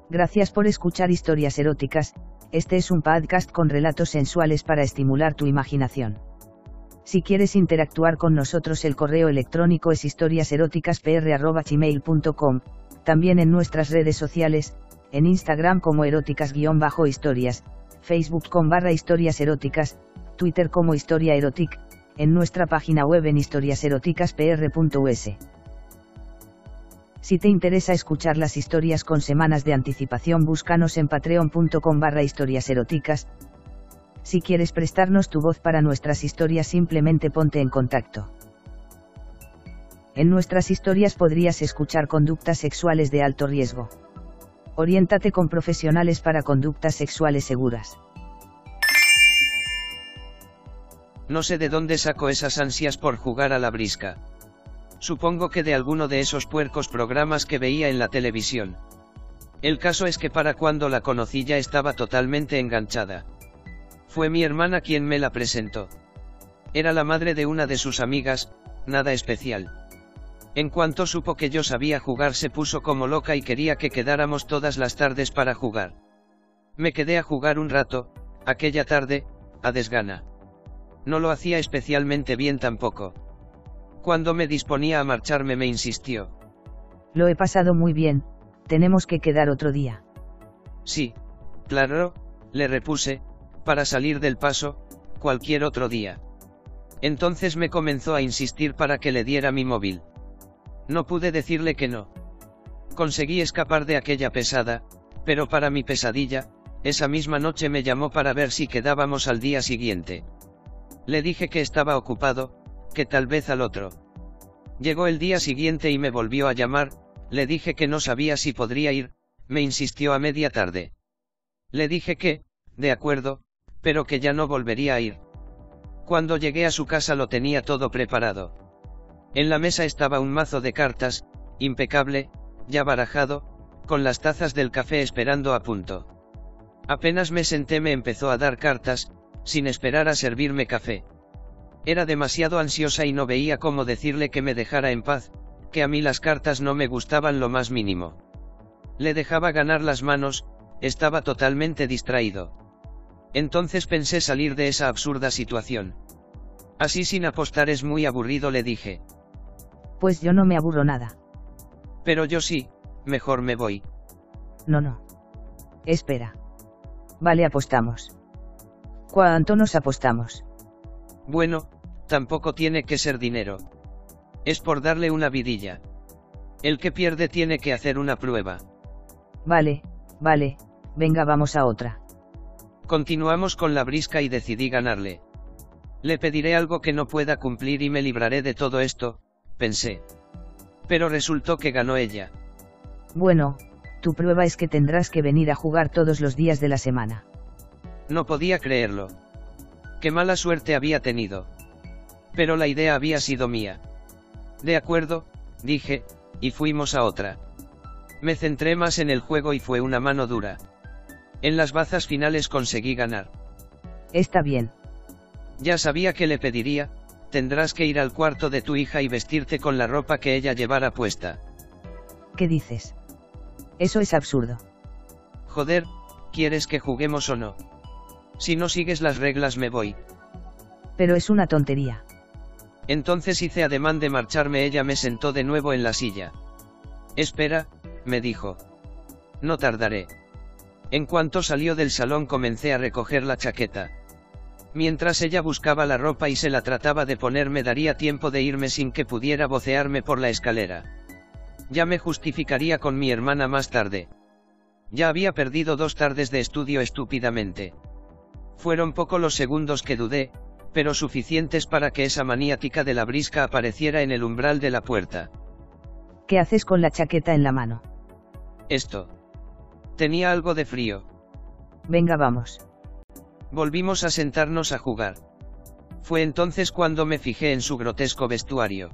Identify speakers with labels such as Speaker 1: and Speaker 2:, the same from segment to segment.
Speaker 1: Gracias por escuchar Historias Eróticas. Este es un podcast con relatos sensuales para estimular tu imaginación. Si quieres interactuar con nosotros, el correo electrónico es historiaseroticaspr@gmail.com, también en nuestras redes sociales, en Instagram como eróticas_historias, Facebook /historias eróticas, Twitter como Historia Erotic, en nuestra página web en historiaseroticaspr.us. Si te interesa escuchar las historias con semanas de anticipación, búscanos en patreon.com/historiaseroticas. Si quieres prestarnos tu voz para nuestras historias, simplemente ponte en contacto. En nuestras historias podrías escuchar conductas sexuales de alto riesgo. Oriéntate con profesionales para conductas sexuales seguras.
Speaker 2: No sé de dónde saco esas ansias por jugar a la brisca. Supongo que de alguno de esos puercos programas que veía en la televisión. El caso es que para cuando la conocí ya estaba totalmente enganchada. Fue mi hermana quien me la presentó. Era la madre de una de sus amigas, nada especial. En cuanto supo que yo sabía jugar, se puso como loca y quería que quedáramos todas las tardes para jugar. Me quedé a jugar un rato, aquella tarde, a desgana. No lo hacía especialmente bien tampoco. Cuando me disponía a marcharme me insistió.
Speaker 1: Lo he pasado muy bien, tenemos que quedar otro día.
Speaker 2: Sí, claro, le repuse, para salir del paso, cualquier otro día. Entonces me comenzó a insistir para que le diera mi móvil. No pude decirle que no. Conseguí escapar de aquella pesada, pero para mi pesadilla, esa misma noche me llamó para ver si quedábamos al día siguiente. Le dije que estaba ocupado, que tal vez al otro. Llegó el día siguiente y me volvió a llamar, le dije que no sabía si podría ir, me insistió a media tarde. Le dije que, de acuerdo, pero que ya no volvería a ir. Cuando llegué a su casa lo tenía todo preparado. En la mesa estaba un mazo de cartas, impecable, ya barajado, con las tazas del café esperando a punto. Apenas me senté me empezó a dar cartas, sin esperar a servirme café. Era demasiado ansiosa y no veía cómo decirle que me dejara en paz, que a mí las cartas no me gustaban lo más mínimo. Le dejaba ganar las manos, estaba totalmente distraído. Entonces pensé salir de esa absurda situación. Así sin apostar es muy aburrido, le dije.
Speaker 1: Pues yo no me aburro nada.
Speaker 2: Pero yo sí, mejor me voy.
Speaker 1: No. Espera. Vale, apostamos. ¿Cuánto nos apostamos?
Speaker 2: Bueno, tampoco tiene que ser dinero. Es por darle una vidilla. El que pierde tiene que hacer una prueba.
Speaker 1: Vale, venga, vamos a otra.
Speaker 2: Continuamos con la brisca y decidí ganarle. Le pediré algo que no pueda cumplir y me libraré de todo esto, pensé. Pero resultó que ganó ella.
Speaker 1: Bueno, tu prueba es que tendrás que venir a jugar todos los días de la semana.
Speaker 2: No podía creerlo. Qué mala suerte había tenido. Pero la idea había sido mía. De acuerdo, dije, y fuimos a otra. Me centré más en el juego y fue una mano dura. En las bazas finales conseguí ganar.
Speaker 1: Está bien.
Speaker 2: Ya sabía que le pediría, tendrás que ir al cuarto de tu hija y vestirte con la ropa que ella llevara puesta.
Speaker 1: ¿Qué dices? Eso es absurdo.
Speaker 2: Joder, ¿quieres que juguemos o no? Si no sigues las reglas me voy.
Speaker 1: Pero es una tontería.
Speaker 2: Entonces hice ademán de marcharme. Ella me sentó de nuevo en la silla. Espera, me dijo. No tardaré. En cuanto salió del salón comencé a recoger la chaqueta. Mientras ella buscaba la ropa y se la trataba de poner, me daría tiempo de irme sin que pudiera vocearme por la escalera. Ya me justificaría con mi hermana más tarde. Ya había perdido 2 tardes de estudio estúpidamente. Fueron poco los segundos que dudé, pero suficientes para que esa maniática de la brisca apareciera en el umbral de la puerta.
Speaker 1: ¿Qué haces con la chaqueta en la mano?
Speaker 2: Esto. Tenía algo de frío.
Speaker 1: Venga, vamos.
Speaker 2: Volvimos a sentarnos a jugar. Fue entonces cuando me fijé en su grotesco vestuario.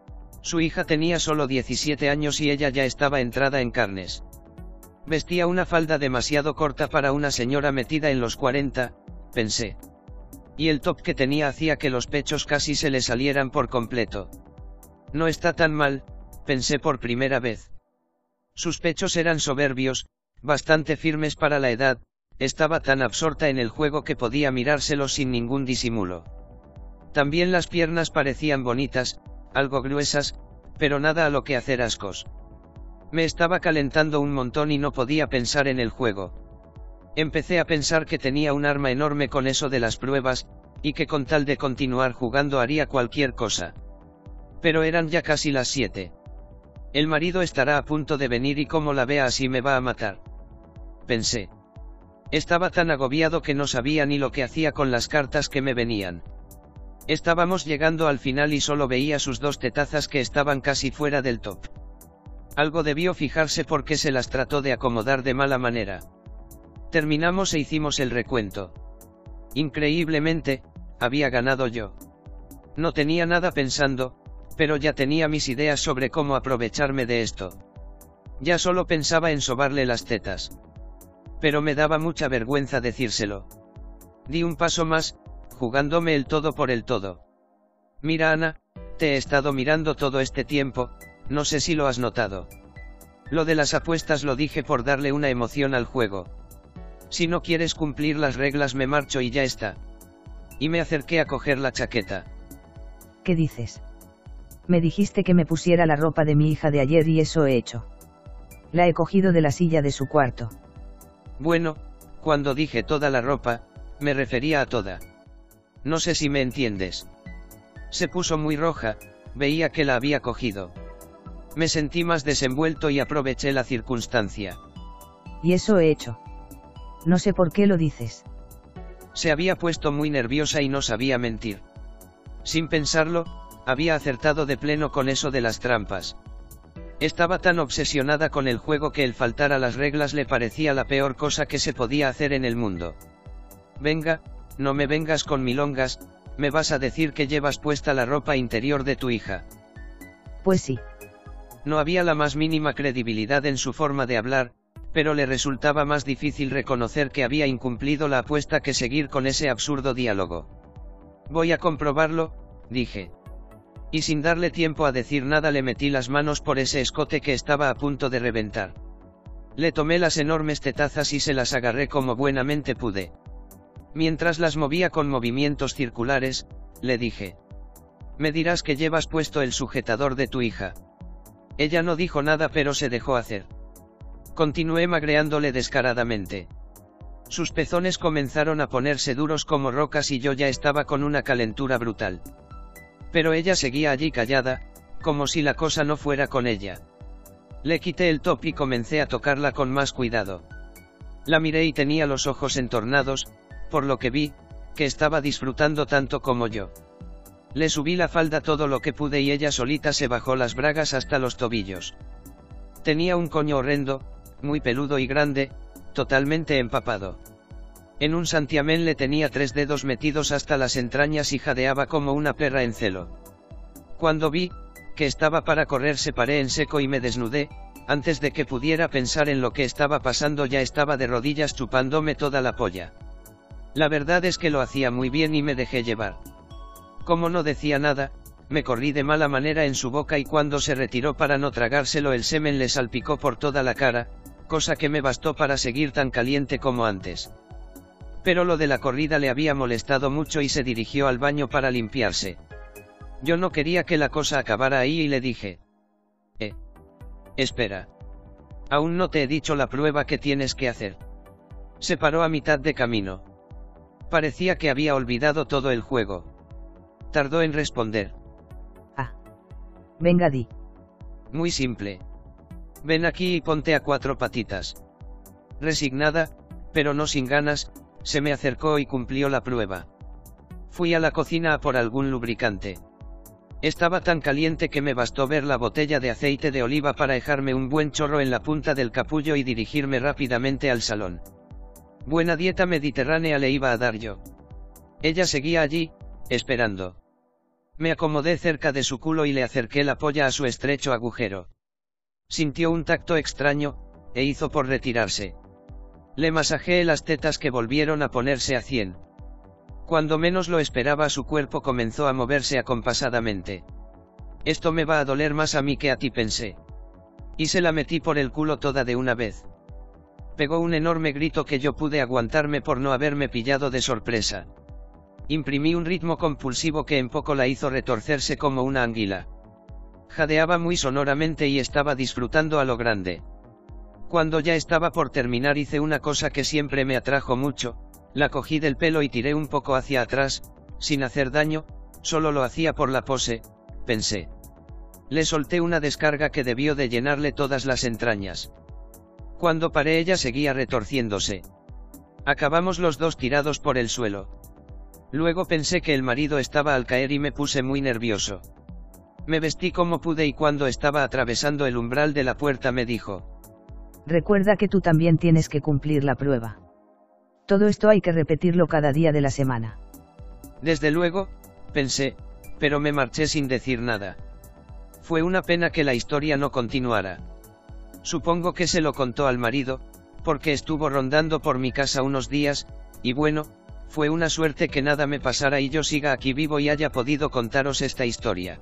Speaker 2: Su hija tenía solo 17 años y ella ya estaba entrada en carnes. Vestía una falda demasiado corta para una señora metida en los 40, pensé. Y el top que tenía hacía que los pechos casi se le salieran por completo. No está tan mal, pensé por primera vez. Sus pechos eran soberbios, bastante firmes para la edad, estaba tan absorta en el juego que podía mirárselos sin ningún disimulo. También las piernas parecían bonitas, algo gruesas, pero nada a lo que hacer ascos. Me estaba calentando un montón y no podía pensar en el juego. Empecé a pensar que tenía un arma enorme con eso de las pruebas, y que con tal de continuar jugando haría cualquier cosa. Pero eran ya casi las 7. El marido estará a punto de venir y como la vea así me va a matar. Pensé. Estaba tan agobiado que no sabía ni lo que hacía con las cartas que me venían. Estábamos llegando al final y solo veía sus 2 tetazas que estaban casi fuera del top. Algo debió fijarse porque se las trató de acomodar de mala manera. Terminamos e hicimos el recuento. Increíblemente, había ganado yo. No tenía nada pensando, pero ya tenía mis ideas sobre cómo aprovecharme de esto. Ya solo pensaba en sobarle las tetas. Pero me daba mucha vergüenza decírselo. Di un paso más, jugándome el todo por el todo. Mira Ana, te he estado mirando todo este tiempo, no sé si lo has notado. Lo de las apuestas lo dije por darle una emoción al juego. Si no quieres cumplir las reglas me marcho y ya está. Y me acerqué a coger la chaqueta.
Speaker 1: ¿Qué dices? Me dijiste que me pusiera la ropa de mi hija de ayer y eso he hecho. La he cogido de la silla de su cuarto.
Speaker 2: Bueno, cuando dije toda la ropa, me refería a toda. No sé si me entiendes. Se puso muy roja, veía que la había cogido. Me sentí más desenvuelto y aproveché la circunstancia.
Speaker 1: Y eso he hecho. No sé por qué lo dices.
Speaker 2: Se había puesto muy nerviosa y no sabía mentir. Sin pensarlo, había acertado de pleno con eso de las trampas. Estaba tan obsesionada con el juego que el faltar a las reglas le parecía la peor cosa que se podía hacer en el mundo. Venga, no me vengas con milongas, me vas a decir que llevas puesta la ropa interior de tu hija.
Speaker 1: Pues sí.
Speaker 2: No había la más mínima credibilidad en su forma de hablar, pero le resultaba más difícil reconocer que había incumplido la apuesta que seguir con ese absurdo diálogo. Voy a comprobarlo, dije. Y sin darle tiempo a decir nada le metí las manos por ese escote que estaba a punto de reventar. Le tomé las enormes tetazas y se las agarré como buenamente pude. Mientras las movía con movimientos circulares, le dije. Me dirás que llevas puesto el sujetador de tu hija. Ella no dijo nada pero se dejó hacer. Continué magreándole descaradamente. Sus pezones comenzaron a ponerse duros como rocas y yo ya estaba con una calentura brutal. Pero ella seguía allí callada, como si la cosa no fuera con ella. Le quité el top y comencé a tocarla con más cuidado. La miré y tenía los ojos entornados, por lo que vi, que estaba disfrutando tanto como yo. Le subí la falda todo lo que pude y ella solita se bajó las bragas hasta los tobillos. Tenía un coño horrendo, muy peludo y grande, totalmente empapado. En un santiamén le tenía 3 dedos metidos hasta las entrañas y jadeaba como una perra en celo. Cuando vi que estaba para correr se paré en seco y me desnudé, antes de que pudiera pensar en lo que estaba pasando ya estaba de rodillas chupándome toda la polla. La verdad es que lo hacía muy bien y me dejé llevar. Como no decía nada, me corrí de mala manera en su boca y cuando se retiró para no tragárselo el semen le salpicó por toda la cara, cosa que me bastó para seguir tan caliente como antes. Pero lo de la corrida le había molestado mucho y se dirigió al baño para limpiarse. Yo no quería que la cosa acabara ahí y le dije. Espera. Aún no te he dicho la prueba que tienes que hacer. Se paró a mitad de camino. Parecía que había olvidado todo el juego. Tardó en responder.
Speaker 1: Venga, di.
Speaker 2: Muy simple. Ven aquí y ponte a 4 patitas. Resignada, pero no sin ganas, se me acercó y cumplió la prueba. Fui a la cocina a por algún lubricante. Estaba tan caliente que me bastó ver la botella de aceite de oliva para dejarme un buen chorro en la punta del capullo y dirigirme rápidamente al salón. Buena dieta mediterránea le iba a dar yo. Ella seguía allí, esperando. Me acomodé cerca de su culo y le acerqué la polla a su estrecho agujero. Sintió un tacto extraño, e hizo por retirarse. Le masajeé las tetas que volvieron a ponerse a 100. Cuando menos lo esperaba su cuerpo comenzó a moverse acompasadamente. Esto me va a doler más a mí que a ti pensé. Y se la metí por el culo toda de una vez. Pegó un enorme grito que yo pude aguantarme por no haberme pillado de sorpresa. Imprimí un ritmo compulsivo que en poco la hizo retorcerse como una anguila. Jadeaba muy sonoramente y estaba disfrutando a lo grande. Cuando ya estaba por terminar hice una cosa que siempre me atrajo mucho, la cogí del pelo y tiré un poco hacia atrás, sin hacer daño, solo lo hacía por la pose, pensé. Le solté una descarga que debió de llenarle todas las entrañas. Cuando paré ella seguía retorciéndose. Acabamos los dos tirados por el suelo. Luego pensé que el marido estaba al caer y me puse muy nervioso. Me vestí como pude y cuando estaba atravesando el umbral de la puerta me dijo:
Speaker 1: recuerda que tú también tienes que cumplir la prueba. Todo esto hay que repetirlo cada día de la semana.
Speaker 2: Desde luego, pensé, pero me marché sin decir nada. Fue una pena que la historia no continuara. Supongo que se lo contó al marido, porque estuvo rondando por mi casa unos días, y bueno, fue una suerte que nada me pasara y yo siga aquí vivo y haya podido contaros esta historia.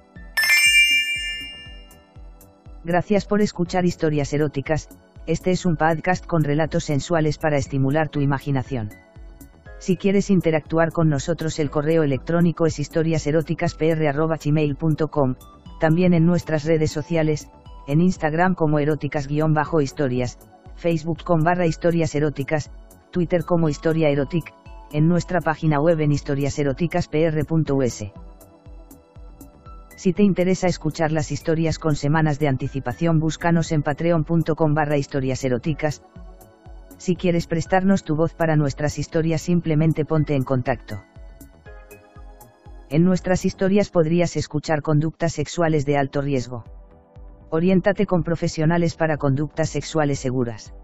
Speaker 1: Gracias por escuchar Historias Eróticas. Este es un podcast con relatos sensuales para estimular tu imaginación. Si quieres interactuar con nosotros, el correo electrónico es historiaseroticaspr@gmail.com, también en nuestras redes sociales, en Instagram como eróticas_historias, Facebook /historias eróticas, Twitter como Historia Erotic, en nuestra página web en historiaseroticaspr.us. Si te interesa escuchar las historias con semanas de anticipación, búscanos en patreon.com/historiaseroticas. Si quieres prestarnos tu voz para nuestras historias, simplemente ponte en contacto. En nuestras historias podrías escuchar conductas sexuales de alto riesgo. Oriéntate con profesionales para conductas sexuales seguras.